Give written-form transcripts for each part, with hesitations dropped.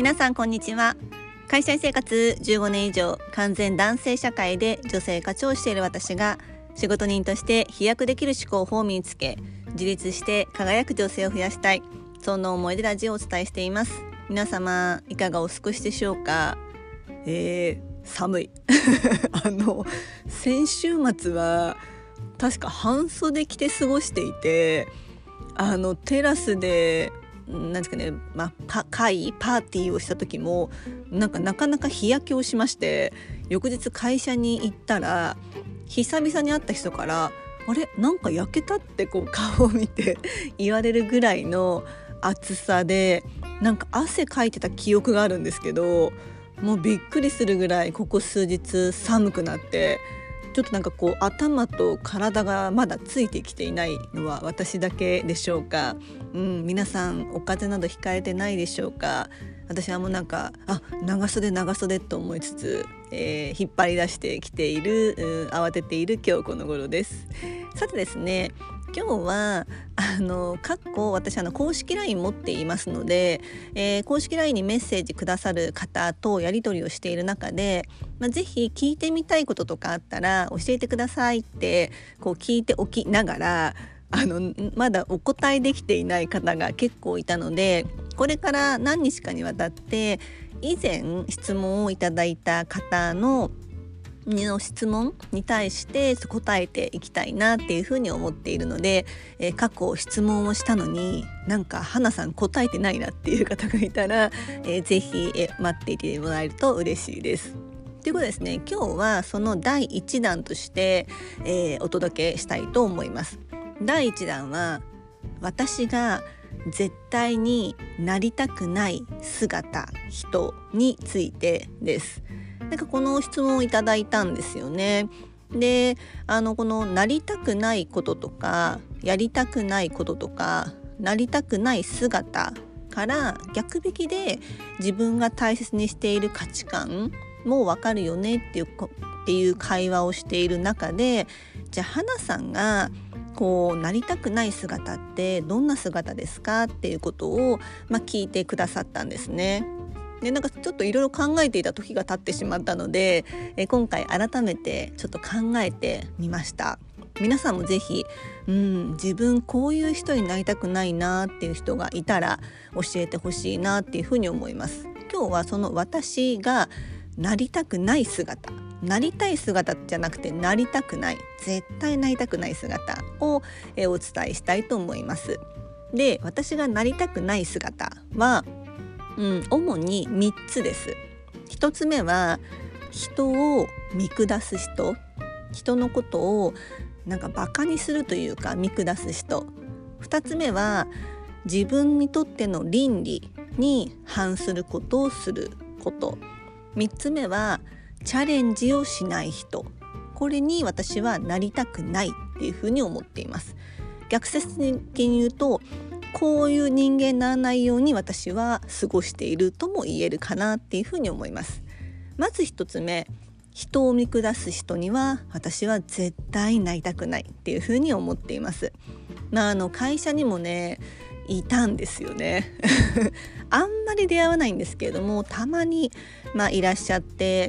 皆さんこんにちは。会社員生活15年以上、完全男性社会で女性課長をしている私が、仕事人として飛躍できる思考法を身につけ、自立して輝く女性を増やしたい、そんな思いでラジオをお伝えしています。皆様いかがお過ごしでしょうか。寒い先週末は確か半袖着て過ごしていて、テラスでなんですかね、パーティーをした時もなかなか日焼けをしまして、翌日会社に行ったら久々に会った人から、あれなんか焼けたってこう顔を見て言われるぐらいの暑さで、なんか汗かいてた記憶があるんですけど、もうびっくりするぐらいここ数日寒くなって、ちょっとなんかこう頭と体がまだついてきていないのは私だけでしょうか。皆さんお風邪などひかれてないでしょうか。私はもうなんか長袖と思いつつ、引っ張り出してきている、慌てている今日この頃です。さてですね、今日は私公式 LINE 持っていますので、公式 LINE にメッセージくださる方とやり取りをしている中で、ぜひ聞いてみたいこととかあったら教えてくださいってこう聞いておきながら、まだお答えできていない方が結構いたので、これから何日かにわたって以前質問をいただいた方の質問に対して答えていきたいなっていうふうに思っているので、過去質問をしたのになんか花さん答えてないなっていう方がいたら、ぜひ待っていてもらえると嬉しいです。ということですね、今日はその第1弾として、お届けしたいと思います。第1弾は私が絶対になりたくない姿、人についてです。なんかこの質問をいただいたんですよね。で、このなりたくないこととかやりたくないこととかなりたくない姿から逆引きで自分が大切にしている価値観もわかるよねっていう会話をしている中で、じゃあ花さんがこうなりたくない姿ってどんな姿ですかっていうことを、聞いてくださったんですね。で、なんかちょっといろいろ考えていた時が経ってしまったので、今回改めてちょっと考えてみました。皆さんもぜひ、自分こういう人になりたくないなっていう人がいたら教えてほしいなっていうふうに思います。今日はその私がなりたくない姿、なりたい姿じゃなくてなりたくない、絶対なりたくない姿を、お伝えしたいと思います。で、私がなりたくない姿は主に3つです。1つ目は人を見下す人、人のことをなんかバカにするというか見下す人。2つ目は自分にとっての倫理に反することをすること。3つ目はチャレンジをしない人。これに私はなりたくないっていうふうに思っています。逆説的に言うと、こういう人間にならないように私は過ごしているとも言えるかなっていうふうに思います。まず一つ目、人を見下す人には私は絶対なりたくないっていうふうに思っています。会社にもねいたんですよねあんまり出会わないんですけれども、たまにいらっしゃって、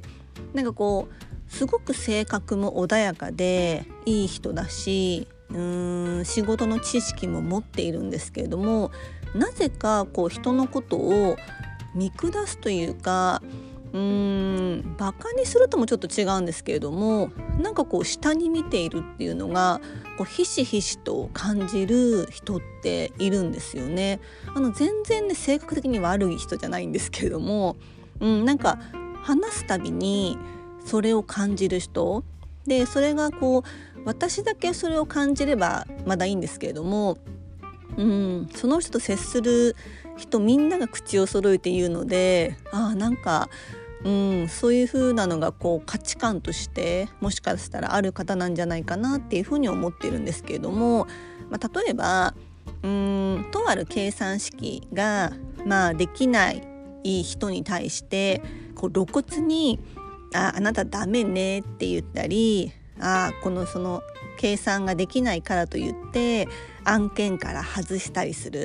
なんかこうすごく性格も穏やかでいい人だし、仕事の知識も持っているんですけれども、なぜかこう人のことを見下すというか、バカにするともちょっと違うんですけれども、なんかこう下に見ているっていうのがこうひしひしと感じる人っているんですよね。全然ね性格的に悪い人じゃないんですけれども、なんか話すたびにそれを感じる人で、それがこう私だけそれを感じればまだいいんですけれども、その人と接する人みんなが口を揃えて言うので、なんかそういう風なのがこう価値観としてもしかしたらある方なんじゃないかなっていうふうに思っているんですけれども、例えばとある計算式ができない人に対してこう露骨にあなたダメねって言ったり、その計算ができないからといって案件から外したりする、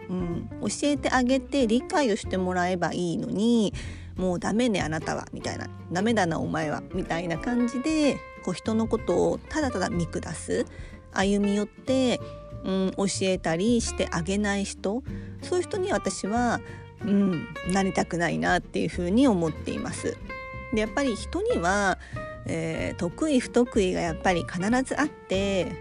教えてあげて理解をしてもらえばいいのに、もうダメねあなたはみたいな、ダメだなお前はみたいな感じで人のことをただただ見下す、歩み寄って、教えたりしてあげない人、そういう人に私は、なりたくないなっていうふうに思っています。でやっぱり人には、得意不得意がやっぱり必ずあって、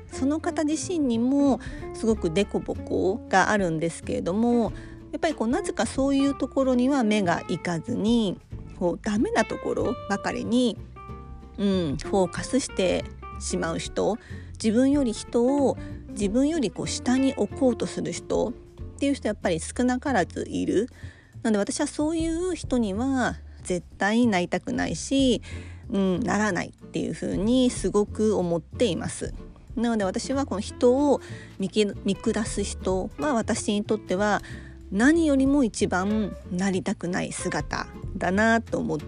その方自身にもすごくデコボコがあるんですけれども、やっぱりなぜかそういうところには目がいかずに、ダメなところばかりに、フォーカスしてしまう人、自分より下に置こうとする人っていう人やっぱり少なからずいる。なので私はそういう人には絶対になりたくないし、ならないっていうふうにすごく思っています。なので私はこの人を見下す人は私にとっては何よりも一番なりたくない姿だなと思って、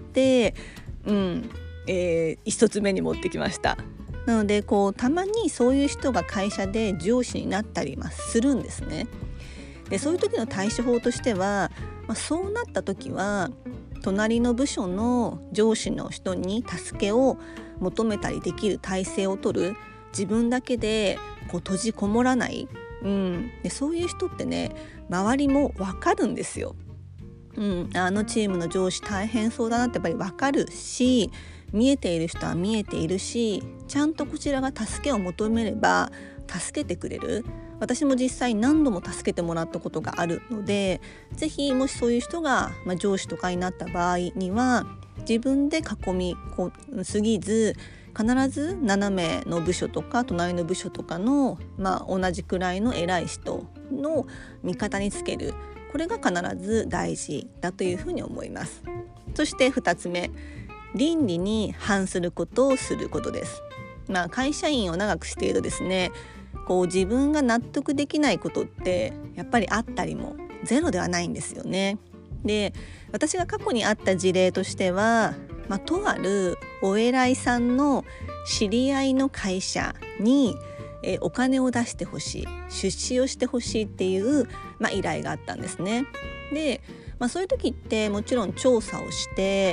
一つ目に持ってきました。なのでたまにそういう人が会社で上司になったりするんですね。でそういう時の対処法としては、そうなった時は隣の部署の上司の人に助けを求めたりできる体制を取る、自分だけで閉じこもらない、でそういう人ってね、周りも分かるんですよ。あのチームの上司大変そうだなってやっぱり分かるし、見えている人は見えているし、ちゃんとこちらが助けを求めれば助けてくれる。私も実際何度も助けてもらったことがあるので、ぜひもしそういう人が、上司とかになった場合には、自分で囲みすぎず、必ず斜めの部署とか隣の部署とかの、同じくらいの偉い人の味方につける、これが必ず大事だというふうに思います。そして2つ目、倫理に反することをすることです。会社員を長くしているとですね、自分が納得できないことってやっぱりあったりもゼロではないんですよね。で私が過去にあった事例としては、とあるお偉いさんの知り合いの会社にお金を出してほしい、出資をしてほしいっていう、依頼があったんですね。で、そういう時ってもちろん調査をして、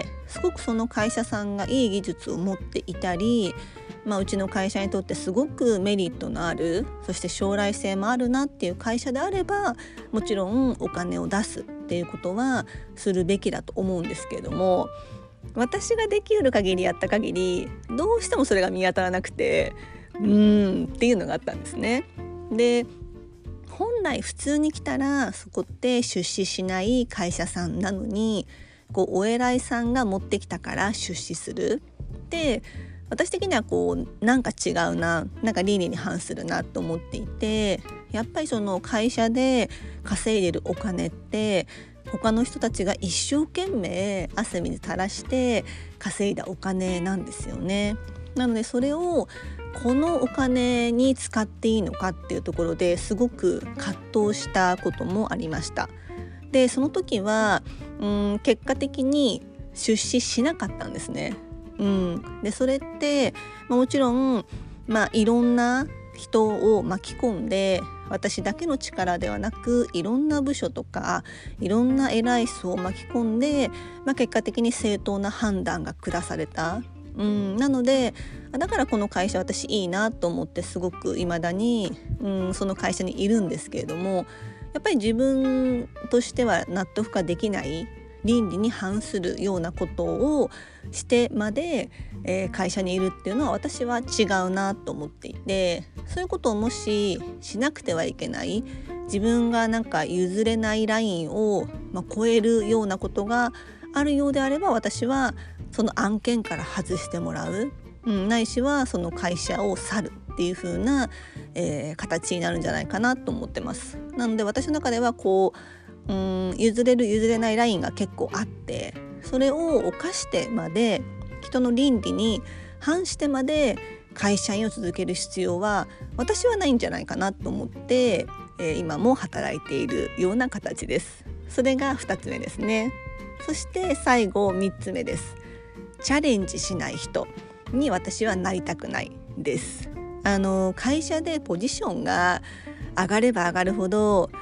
すごくその会社さんがいい技術を持っていたり、うちの会社にとってすごくメリットのある、そして将来性もあるなっていう会社であれば、もちろんお金を出すっていうことはするべきだと思うんですけれども、私ができる限りやった限りどうしてもそれが見当たらなくて、っていうのがあったんですね。で本来普通に来たらそこって出資しない会社さんなのに、お偉いさんが持ってきたから出資するで、私的にはなんか違うな、なんか倫理に反するなと思っていて、やっぱりその会社で稼いでるお金って他の人たちが一生懸命汗水垂らして稼いだお金なんですよね。なのでそれをこのお金に使っていいのかっていうところですごく葛藤したこともありました。でその時は結果的に出資しなかったんですね。でそれって、もちろん、いろんな人を巻き込んで、私だけの力ではなくいろんな部署とかいろんな偉い人を巻き込んで、結果的に正当な判断が下された。なのでだからこの会社私いいなと思ってすごく未だにその会社にいるんですけれども、やっぱり自分としては納得ができない倫理に反するようなことをしてまで、会社にいるっていうのは私は違うなと思っていて、そういうことをもししなくてはいけない、自分がなんか譲れないラインを、超えるようなことがあるようであれば、私はその案件から外してもらう、ないしはその会社を去るっていう風な、形になるんじゃないかなと思ってます。なので私の中では譲れる譲れないラインが結構あって、それを犯してまで人の倫理に反してまで会社員を続ける必要は私はないんじゃないかなと思って、今も働いているような形です。それが2つ目ですね。そして最後3つ目です。チャレンジしない人に私はなりたくないです。会社でポジションが上がれば上がるほど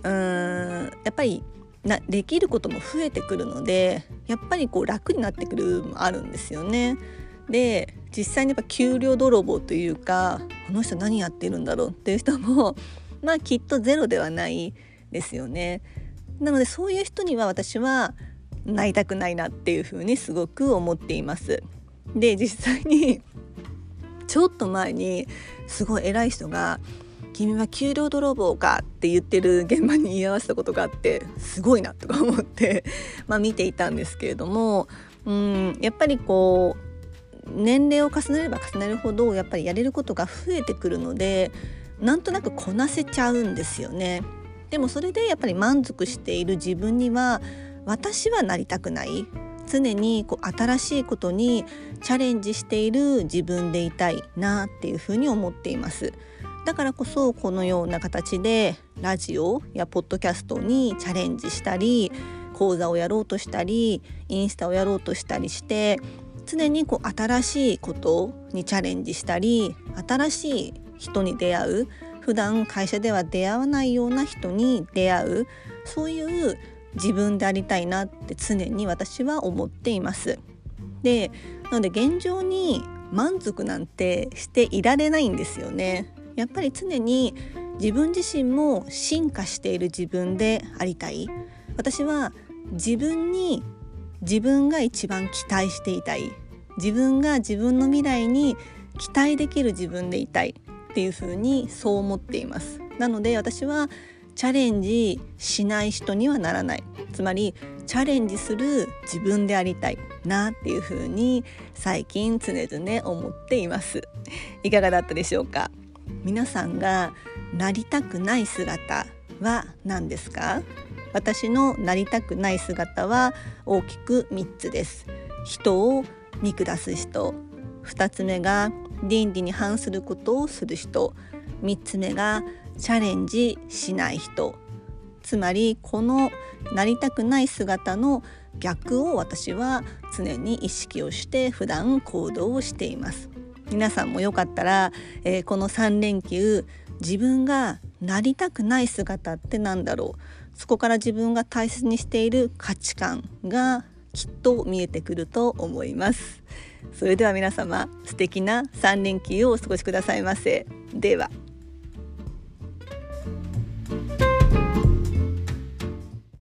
やっぱりできることも増えてくるので、やっぱり楽になってくるもあるんですよね。で実際にやっぱ給料泥棒というか、この人何やってるんだろうっていう人もきっとゼロではないですよね。なのでそういう人には私はなりたくないなっていうふうにすごく思っています。で実際にちょっと前にすごい偉い人が君は給料泥棒かって言ってる現場に居合わせたことがあって、すごいなとか思って見ていたんですけれども、やっぱり年齢を重ねれば重ねるほどやっぱりやれることが増えてくるので、なんとなくこなせちゃうんですよね。でもそれでやっぱり満足している自分には私はなりたくない。常に新しいことにチャレンジしている自分でいたいなっていうふうに思っています。だからこそこのような形でラジオやポッドキャストにチャレンジしたり、講座をやろうとしたり、インスタをやろうとしたりして、常に新しいことにチャレンジしたり、新しい人に出会う、普段会社では出会わないような人に出会う、そういう自分でありたいなって常に私は思っています。なので現状に満足なんてしていられないんですよね。やっぱり常に自分自身も進化している自分でありたい。私は自分が一番期待していたい。自分が自分の未来に期待できる自分でいたいっていうふうにそう思っています。なので私はチャレンジしない人にはならない。つまりチャレンジする自分でありたいなっていうふうに最近常々思っています。いかがだったでしょうか。皆さんがなりたくない姿は何ですか？私のなりたくない姿は大きく3つです。人を見下す人、2つ目が倫理に反することをする人、3つ目がチャレンジしない人。つまりこのなりたくない姿の逆を私は常に意識をして普段行動をしています。皆さんもよかったら、この3連休自分がなりたくない姿ってなんだろう、そこから自分が大切にしている価値観がきっと見えてくると思います。それでは皆様、素敵な3連休をお過ごしくださいませ。では。